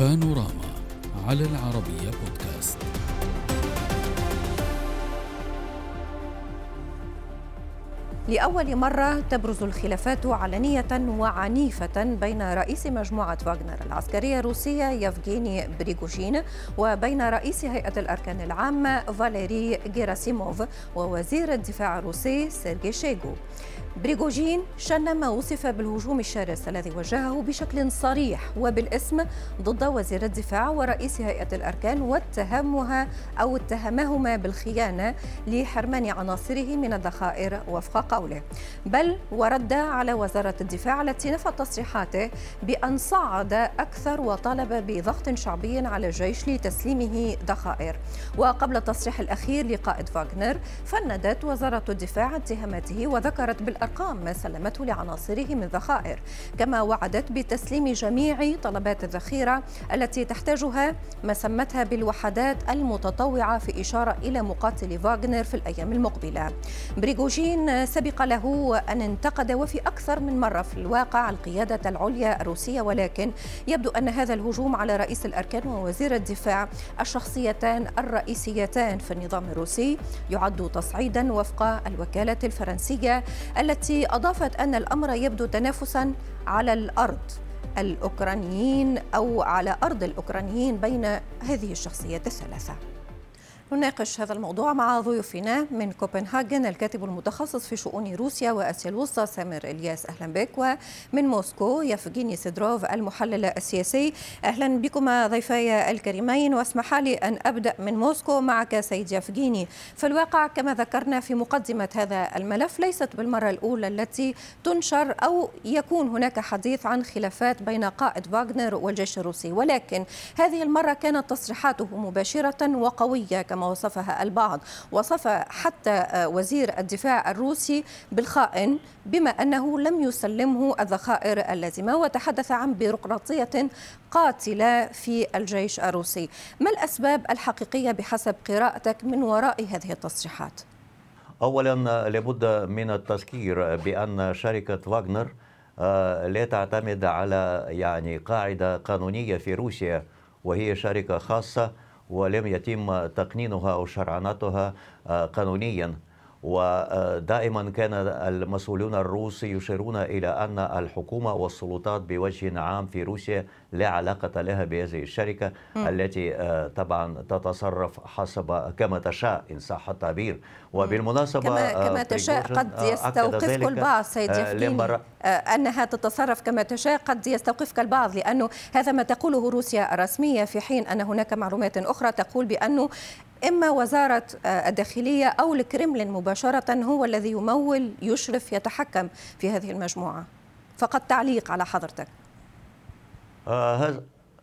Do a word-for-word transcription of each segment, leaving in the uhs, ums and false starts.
بانوراما على العربية بودكاست. لأول مرة تبرز الخلافات علنية وعنيفة بين رئيس مجموعة فاغنر العسكرية الروسية يفغيني بريغوجين وبين رئيس هيئة الأركان العامة فاليري غيراسيموف ووزير الدفاع الروسي سيرجي شويغو. بريغوجين شن ما وصف بالهجوم الشرس الذي وجهه بشكل صريح وبالاسم ضد وزير الدفاع ورئيس هيئة الأركان واتهمها أو اتهمهما بالخيانة لحرمان عناصره من الذخائر وفق قوله، بل ورد على وزارة الدفاع التي نفت تصريحاته بأن صعد أكثر وطالب بضغط شعبي على الجيش لتسليمه ذخائر. وقبل التصريح الأخير لقائد فاغنر فندت وزارة الدفاع اتهاماته وذكرت بالأرقام ما سلمته لعناصره من ذخائر، كما وعدت بتسليم جميع طلبات الذخيرة التي تحتاجها ما سمتها بالوحدات المتطوعة في إشارة إلى مقاتلي فاغنر في الأيام المقبلة. بريغوجين سبق له أن انتقد وفي أكثر من مرة في الواقع القيادة العليا الروسية، ولكن يبدو أن هذا الهجوم على رئيس الأركان ووزير الدفاع الشخصيتان الرئيسيتان في النظام الروسي يعد تصعيدا وفق الوكالة الفرنسية التي أضافت أن الأمر يبدو تنافسا على الأرض الأوكرانيين أو على أرض الأوكرانيين بين هذه الشخصيات الثلاثة. نناقش هذا الموضوع مع ضيوفنا من كوبنهاجن الكاتب المتخصص في شؤون روسيا وآسيا الوسطى سامر إلياس، أهلا بك، ومن موسكو يفغيني سيدروف المحلل السياسي. أهلا بكما ضيفاي الكريمين، واسمح لي أن أبدأ من موسكو معك سيد يفغيني. في الواقع كما ذكرنا في مقدمة هذا الملف ليست بالمرة الأولى التي تنشر أو يكون هناك حديث عن خلافات بين قائد فاغنر والجيش الروسي، ولكن هذه المرة كانت تصريحاته مباشرة وقوية كما وصفها البعض. وصف حتى وزير الدفاع الروسي بالخائن بما أنه لم يسلمه الذخائر اللازمة، وتحدث عن بيروقراطية قاتلة في الجيش الروسي. ما الأسباب الحقيقية بحسب قراءتك من وراء هذه التصريحات؟ أولا لابد من التذكير بأن شركة فاغنر لا تعتمد على يعني قاعدة قانونية في روسيا، وهي شركة خاصة ولم يتم تقنينها أو شرعنتها قانونيا. ودائما كان المسؤولون الروس يشيرون إلى أن الحكومة والسلطات بوجه عام في روسيا لا علاقة لها بهذه الشركة م. التي طبعا تتصرف حسب كما تشاء إن صح التعبير. وبالمناسبة كما, كما تشاء قد يستوقفك البعض سيد يفغيني أنها تتصرف كما تشاء، قد يستوقفك البعض لأنه هذا ما تقوله روسيا الرسمية، في حين أن هناك معلومات أخرى تقول بأنه إما وزارة الداخلية أو الكرملين مباشرة هو الذي يمول يشرف يتحكم في هذه المجموعة. فقط تعليق على حضرتك. آه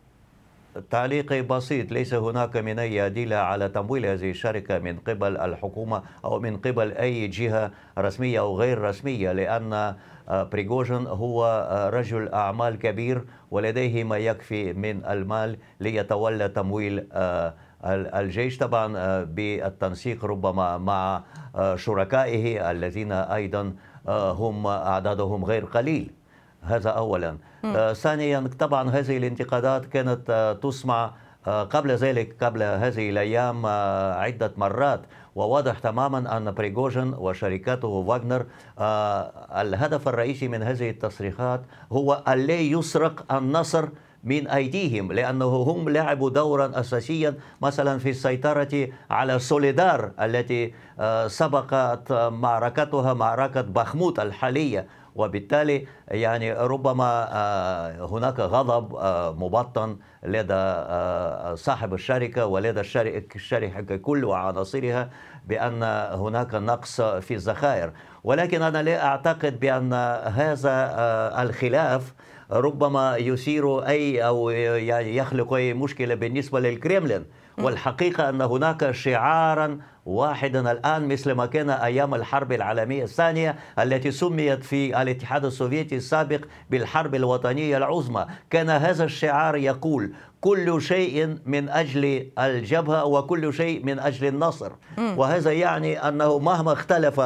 تعليقي بسيط، ليس هناك من أي أدلة على تمويل هذه الشركة من قبل الحكومة أو من قبل أي جهة رسمية أو غير رسمية، لأن بريغوجين هو رجل أعمال كبير ولديه ما يكفي من المال ليتولى تمويل الجيش، طبعا بالتنسيق ربما مع شركائه الذين أيضا هم أعدادهم غير قليل. هذا أولا. م. ثانيا طبعا هذه الانتقادات كانت تسمع قبل ذلك قبل هذه الأيام عدة مرات، وواضح تماما أن بريغوجين وشركته فاغنر الهدف الرئيسي من هذه التصريحات هو أن لا يسرق النصر من أيديهم، لأنه هم لعبوا دورا أساسيا مثلا في السيطرة على سوليدار التي سبقت معركتها معركة بخموت الحالية، وبالتالي يعني ربما هناك غضب مبطن لدى صاحب الشركة ولدى الشركة كل وعناصرها بأن هناك نقص في الذخائر. ولكن أنا لا أعتقد بأن هذا الخلاف ربما يثير أي أو يعني يخلق أي مشكلة بالنسبة للكريملين. والحقيقة أن هناك شعارا واحدا الآن مثل ما كان أيام الحرب العالمية الثانية التي سميت في الاتحاد السوفيتي السابق بالحرب الوطنية العظمى. كان هذا الشعار يقول كل شيء من أجل الجبهة وكل شيء من أجل النصر. وهذا يعني أنه مهما اختلف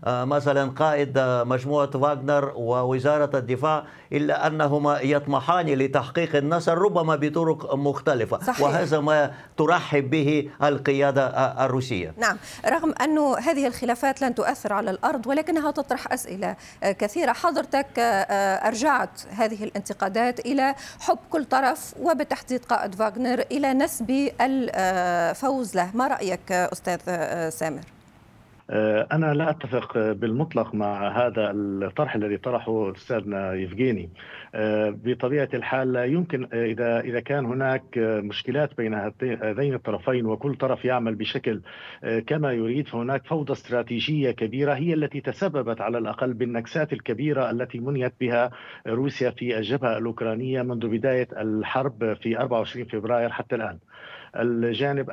مثلا قائد مجموعة واغنر ووزارة الدفاع، إلا أنهما يطمحان لتحقيق النصر ربما بطرق مختلفة. صحيح. وهذا ما ترحب به القيادة الروسية. نعم، رغم أن هذه الخلافات لن تؤثر على الأرض ولكنها تطرح أسئلة كثيرة. حضرتك أرجعت هذه الانتقادات إلى حب كل طرف وبالتحديد قائد واغنر إلى نسب الفوز له. ما رأيك أستاذ سامر؟ أنا لا أتفق بالمطلق مع هذا الطرح الذي طرحه أستاذنا يفغيني. بطبيعة الحال لا يمكن إذا إذا كان هناك مشكلات بين هذين الطرفين وكل طرف يعمل بشكل كما يريد، فهناك فوضى استراتيجية كبيرة هي التي تسببت على الأقل بالنكسات الكبيرة التي منيت بها روسيا في الجبهة الأوكرانية منذ بداية الحرب في أربعة وعشرين فبراير حتى الآن. الجانب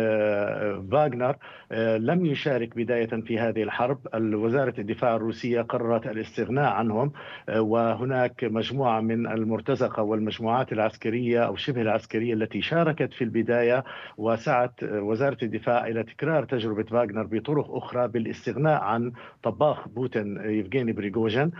فاغنر لم يشارك بداية في هذه الحرب. وزارة الدفاع الروسية قررت الاستغناء عنهم، وهناك مجموعة من المرتزقة والمجموعات العسكرية أو شبه العسكرية التي شاركت في البداية، وسعت وزارة الدفاع إلى تكرار تجربة فاغنر بطرق أخرى بالاستغناء عن طباخ بوتين يفغيني بريغوجين،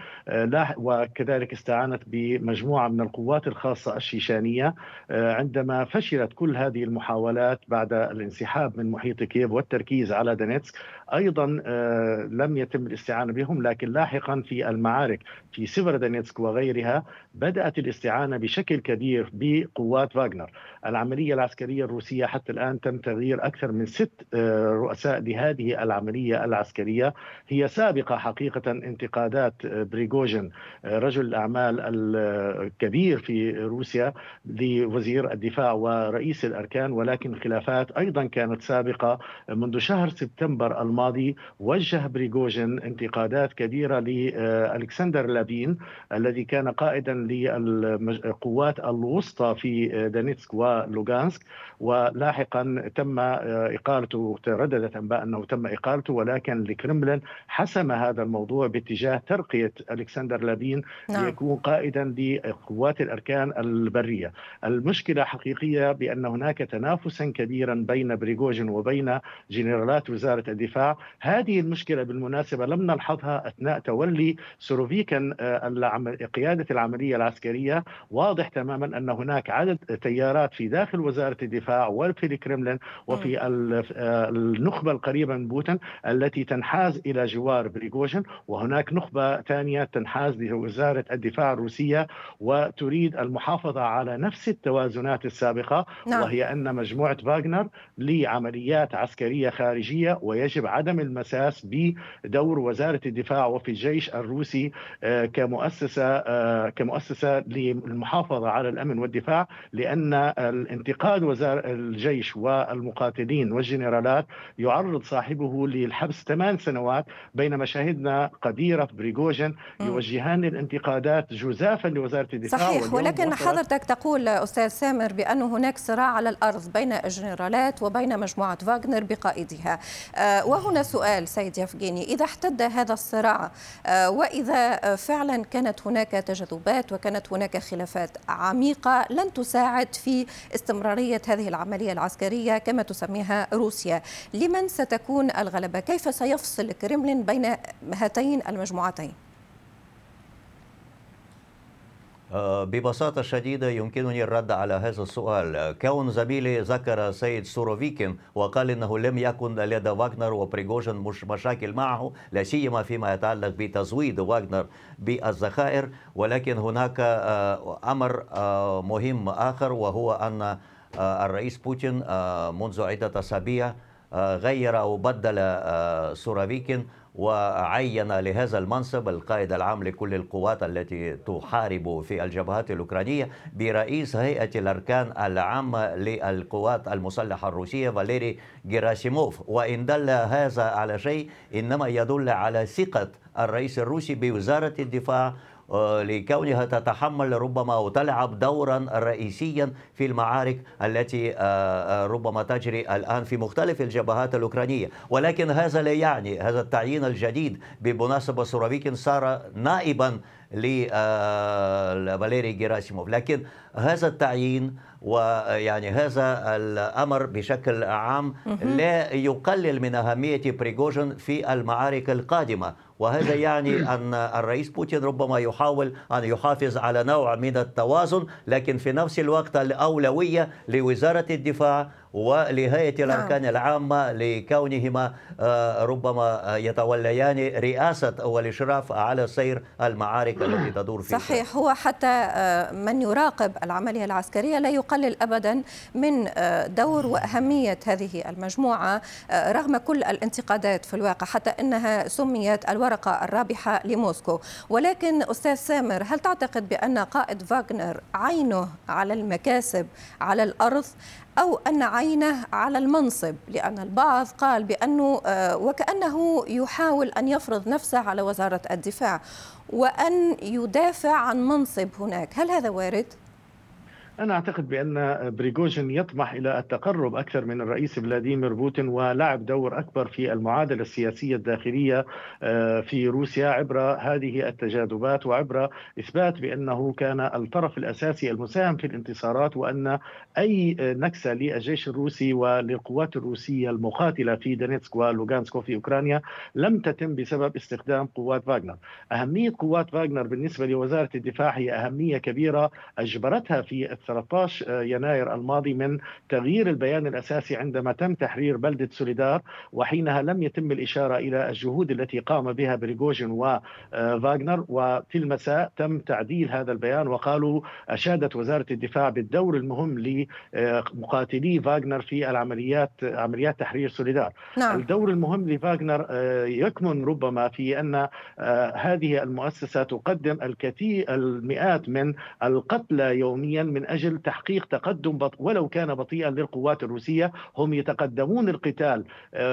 وكذلك استعانت بمجموعة من القوات الخاصة الشيشانية. عندما فشلت كل هذه المحاولات بعد الانسحاب من محيط كييف والتركيز على دونيتسك، أيضا لم يتم الاستعانة بهم، لكن لاحقا في المعارك في سيفيرودونيتسك وغيرها بدأت الاستعانة بشكل كبير بقوات فاغنر. العملية العسكرية الروسية حتى الآن تم تغيير أكثر من ست رؤساء لهذه العملية العسكرية. هي سابقة حقيقة انتقادات بريغوجين رجل الأعمال الكبير في روسيا لوزير الدفاع ورئيس الأركان، ولكن خلافات أيضا كانت سابقة. منذ شهر سبتمبر الماضي وجه بريغوجين انتقادات كبيرة لألكسندر لابين الذي كان قائدا للقوات الوسطى في دونيتسك ولوغانسك، ولاحقا تم إقالته. ترددت أنباء أنه تم إقالته، ولكن الكرملين حسم هذا الموضوع باتجاه ترقية ألكسندر لابين نعم. ليكون قائدا لقوات الأركان البرية. المشكلة حقيقية بأن هناك تنافسا كبيرا بين بريغوجين وبين جنرالات وزارة الدفاع. هذه المشكلة بالمناسبة لم نلحظها أثناء تولي سوروفيكن قيادة العملية العسكرية. واضح تماما أن هناك عدد تيارات في داخل وزارة الدفاع وفي الكرملين وفي النخبة القريبة من بوتين التي تنحاز إلى جوار بريغوجين، وهناك نخبة ثانية تنحاز لوزارة الدفاع الروسية وتريد المحافظة على نفس التوازنات السابقة. نعم. وهي أن مجموعة واغنر لعمليات عسكرية خارجية، ويجب عدم المساس بدور وزارة الدفاع وفي الجيش الروسي كمؤسسة كمؤسسة للمحافظة على الأمن والدفاع، لأن الانتقاد وزارة الجيش والمقاتلين والجنرالات يعرض صاحبه للحبس ثمان سنوات، بينما شاهدنا قديرة بريغوجين يوجهان الانتقادات جزافا لوزارة الدفاع. صحيح، ولكن حضرتك تقول أستاذ سامر بأن هناك صراع على الأرض بين الجنرالات وبين مجموعة واغنر بقائدها. وهنا سؤال سيد يفغيني، إذا احتد هذا الصراع وإذا فعلا كانت هناك تجاذبات وكانت هناك خلافات عميقة لن تساعد في استمرارية هذه العملية العسكرية كما تسميها روسيا، لمن ستكون الغلبة؟ كيف سيفصل الكرملين بين هاتين المجموعتين؟ ببساطة شديدة يمكنني الرد على هذا السؤال. كون زميلي ذكر سيد سوروفيكين وقال إنه لم يكن لدى واغنر وبريغوجين مش مشاكل معه، لا سيما فيما يتعلق بتزويد واغنر بالذخائر، ولكن هناك أمر مهم آخر، وهو أن الرئيس بوتين منذ عدة أسابيع غير أو بدل سوروفيكين وعين لهذا المنصب القائد العام لكل القوات التي تحارب في الجبهات الأوكرانية برئيس هيئة الأركان العامة للقوات المسلحة الروسية فاليري جيراسيموف. وإن دل هذا على شيء إنما يدل على ثقة الرئيس الروسي بوزارة الدفاع لكونها تتحمل ربما أو تلعب دورا رئيسيا في المعارك التي ربما تجري الآن في مختلف الجبهات الأوكرانية. ولكن هذا لا يعني هذا التعيين الجديد. بمناسبة سوروفيكين صار نائبا لفاليري جيراسيموف. لكن هذا التعيين ويعني هذا الأمر بشكل عام لا يقلل من أهمية بريغوجين في المعارك القادمة، وهذا يعني أن الرئيس بوتين ربما يحاول أن يحافظ على نوع من التوازن، لكن في نفس الوقت الأولوية لوزارة الدفاع ولهيئة الأركان العامة لكونهما ربما يتوليان رئاسة والإشراف على سير المعارك التي تدور فيها. صحيح، هو حتى من يراقب العملية العسكرية لا يقلل أبدا من دور وأهمية هذه المجموعة رغم كل الانتقادات في الواقع، حتى أنها سميت الورقة الرابحة لموسكو. ولكن أستاذ سامر، هل تعتقد بأن قائد فاغنر عينه على المكاسب على الأرض أو أن عينه على المنصب؟ لأن البعض قال بأنه وكأنه يحاول أن يفرض نفسه على وزارة الدفاع وأن يدافع عن منصب هناك، هل هذا وارد؟ أنا أعتقد بأن بريغوجين يطمح إلى التقرب أكثر من الرئيس فلاديمير بوتين ولعب دور أكبر في المعادلة السياسية الداخلية في روسيا عبر هذه التجاذبات وعبر إثبات بأنه كان الطرف الأساسي المساهم في الانتصارات، وأن أي نكسة للجيش الروسي وللقوات الروسية المقاتلة في دونيتسك ولوغانسك في أوكرانيا لم تتم بسبب استخدام قوات فاغنر. أهمية قوات فاغنر بالنسبة لوزارة الدفاع هي أهمية كبيرة أجبرتها في ثلاثة عشر يناير الماضي من تغيير البيان الأساسي عندما تم تحرير بلدة سوليدار، وحينها لم يتم الإشارة إلى الجهود التي قام بها بريغوجين وفاغنر، وفي المساء تم تعديل هذا البيان وقالوا أشادت وزارة الدفاع بالدور المهم لمقاتلي فاغنر في العمليات عمليات تحرير سوليدار. نعم. الدور المهم لفاغنر يكمن ربما في أن هذه المؤسسة تقدم الكثير المئات من القتلى يوميا من أجل تحقيق تقدم بط... ولو كان بطيئا للقوات الروسية. هم يتقدمون القتال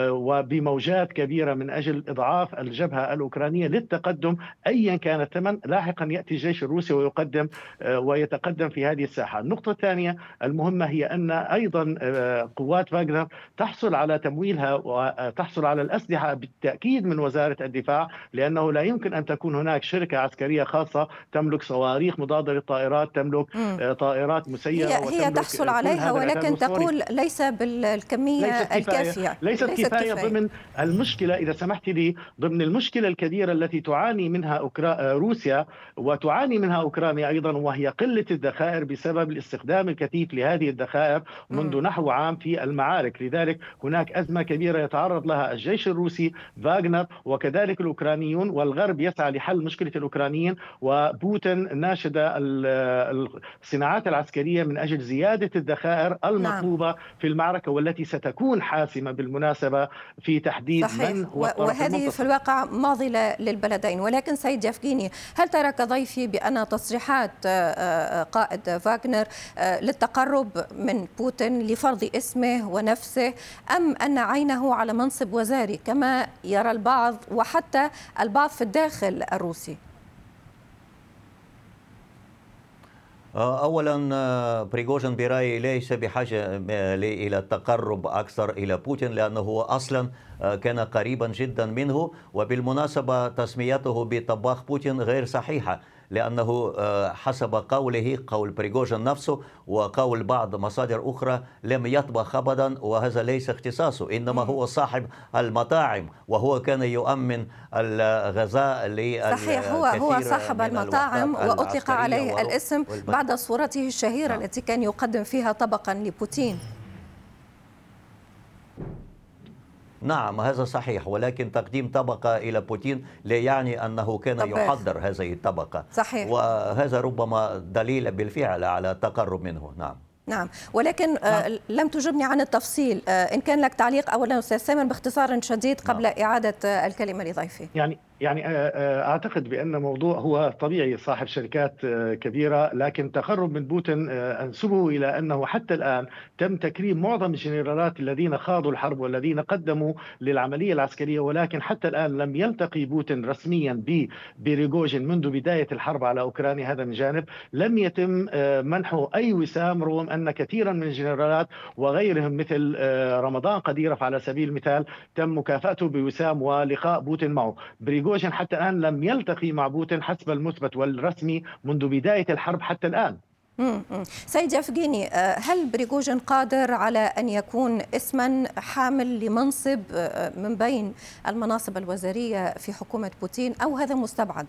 وبموجات كبيرة من أجل إضعاف الجبهة الأوكرانية للتقدم أيا كان الثمن. لاحقا يأتي الجيش الروسي ويقدم ويتقدم في هذه الساحة. النقطة الثانية المهمة هي أن أيضا قوات فاغنر تحصل على تمويلها وتحصل على الأسلحة بالتأكيد من وزارة الدفاع، لأنه لا يمكن أن تكون هناك شركة عسكرية خاصة تملك صواريخ مضادة للطائرات، تملك م. طائرات مسيرة، هي, هي تحصل عليها ولكن تقول ليس بالكمية ليست الكافية. ليست, ليست كفاية, كفاية ضمن المشكلة، إذا سمحت لي، ضمن المشكلة الكبيرة التي تعاني منها أوكرا... روسيا وتعاني منها أوكرانيا أيضا، وهي قلة الذخائر بسبب الاستخدام الكثيف لهذه الذخائر منذ م. نحو عام في المعارك. لذلك هناك أزمة كبيرة يتعرض لها الجيش الروسي، فاغنر، وكذلك الأوكرانيون، والغرب يسعى لحل مشكلة الأوكرانيين، وبوتين ناشد الصناعات العسكرية من أجل زيادة الذخائر المطلوبة نعم. في المعركة، والتي ستكون حاسمة بالمناسبة في تحديد صحيح. من هو الطرف وهذه المنتصر. في الواقع معضلة للبلدين. ولكن سيد يفغيني، هل ترى كضيفي بأن تصريحات قائد فاغنر للتقرب من بوتين لفرض اسمه ونفسه، أم أن عينه على منصب وزاري كما يرى البعض وحتى البعض في الداخل الروسي؟ أولا بريغوجين برأيي ليس بحاجة إلى التقرب أكثر إلى بوتين، لأنه هو أصلا كان قريبا جدا منه. وبالمناسبة تسميته بطباخ بوتين غير صحيحة، لأنه حسب قوله، قول بريغوجين نفسه وقول بعض مصادر أخرى، لم يطبخ أبدا، وهذا ليس اختصاصه، إنما هو صاحب المطاعم، وهو كان يؤمن الغذاء للكثير. صحيح، هو هو صاحب المطاعم وأطلق عليه الاسم بعد صورته الشهيرة نعم. التي كان يقدم فيها طبقا لبوتين. نعم هذا صحيح، ولكن تقديم طبقة إلى بوتين لا يعني أنه كان طبخ. يحضر هذه الطبقة. صحيح. وهذا ربما دليل بالفعل على التقرب منه. نعم نعم، ولكن نعم. لم تجبني عن التفصيل. إن كان لك تعليق أولا أستاذ سامر باختصار شديد قبل نعم. إعادة الكلمة لضيفي. يعني يعني أعتقد بأن موضوع هو طبيعي صاحب شركات كبيرة، لكن تقرب من بوتين أنسبه إلى أنه حتى الآن تم تكريم معظم الجنرالات الذين خاضوا الحرب والذين قدموا للعملية العسكرية، ولكن حتى الآن لم يلتقي بوتين رسميا ببريغوجين منذ بداية الحرب على أوكرانيا. هذا من جانب. لم يتم منحه أي وسام، رغم أن كثيرا من الجنرالات وغيرهم مثل رمضان قديرف على سبيل المثال تم مكافأته بوسام ولقاء بوتين معه. بريغوجين حتى الآن لم يلتقي مع بوتين حسب المثبت والرسمي منذ بداية الحرب حتى الآن. مم. سيد يفغيني، هل بريغوجين قادر على أن يكون اسما حامل لمنصب من بين المناصب الوزارية في حكومة بوتين أو هذا مستبعد؟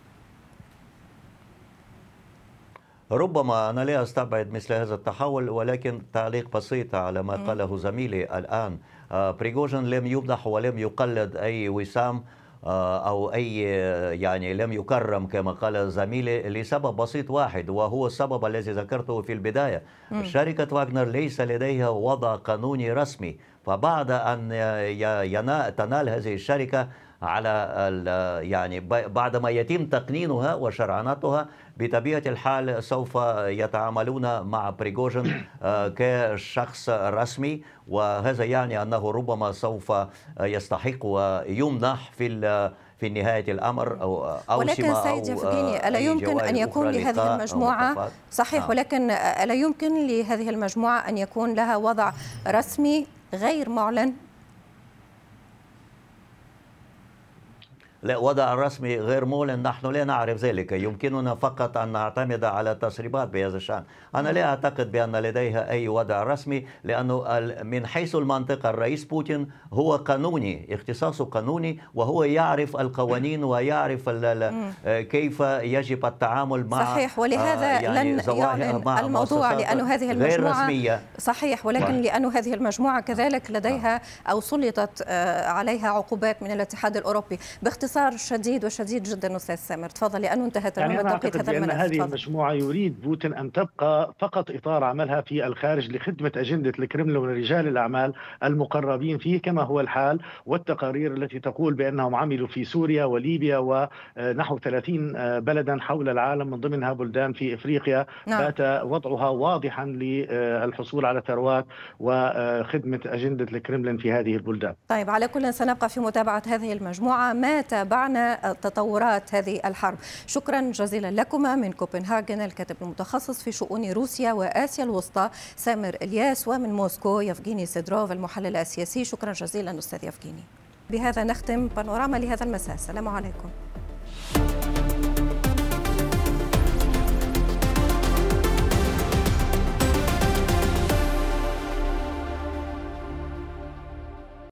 ربما أنا لا أستبعد مثل هذا التحول، ولكن تعليق بسيط على ما قاله زميلي الآن. بريغوجين لم يمدح ولم يقلد أي وسام أو أي يعني لم يكرم كما قال زميلي لسبب بسيط واحد، وهو السبب الذي ذكرته في البداية. م. شركة واغنر ليس لديها وضع قانوني رسمي، فبعد أن تنال هذه الشركة على يعني بعدما يتم تقنينها وشرعنتها بطبيعة الحال سوف يتعاملون مع بريغوجين كشخص رسمي، وهذا يعني أنه ربما سوف يستحق ويمنح في في نهاية الأمر أو أو ولكن سيد يفغيني، ألا يمكن أن يكون لهذه المجموعة صحيح آه. ولكن ألا يمكن لهذه المجموعة أن يكون لها وضع رسمي غير معلن؟ لا، وضع رسمي غير معلن نحن لا نعرف ذلك، يمكننا فقط أن نعتمد على تسريبات بهذا الشأن. أنا لا أعتقد بأن لديها أي وضع رسمي، لأنه من حيث المنطقة الرئيس بوتين هو قانوني، اختصاصه قانوني، وهو يعرف القوانين ويعرف كيف يجب التعامل مع صحيح، ولهذا يعني لن يعلن الموضوع لأن هذه المجموعة صحيح، ولكن و... لأن هذه المجموعة كذلك لديها أو سلطت عليها عقوبات من الاتحاد الأوروبي. باختصار شديد وشديد جدا أستاذ سامر، تفضل لأنه انتهت يعني أنا أعتقد هذا الملف. هذه المجموعة يريد بوتين أن تبقى فقط إطار عملها في الخارج لخدمة أجندة الكرملين ورجال الأعمال المقربين فيه كما هو الحال، والتقارير التي تقول بأنهم عملوا في سوريا وليبيا ونحو ثلاثين بلدا حول العالم من ضمنها بلدان في إفريقيا. نعم. بات وضعها واضحا للحصول على ثروات وخدمة أجندة الكرملين في هذه البلدان. طيب، على كل سنبقى في متابعة هذه المجموعة ما تابعنا تطورات هذه الحرب. شكرا جزيلا لكما من كوبنهاغن الكاتب المتخصص في شؤون روسيا وآسيا الوسطى سامر إلياس، ومن موسكو يفغيني سيدروف المحلل السياسي. شكرا جزيلا أستاذ يفغيني. بهذا نختم بانوراما لهذا المساء. السلام عليكم.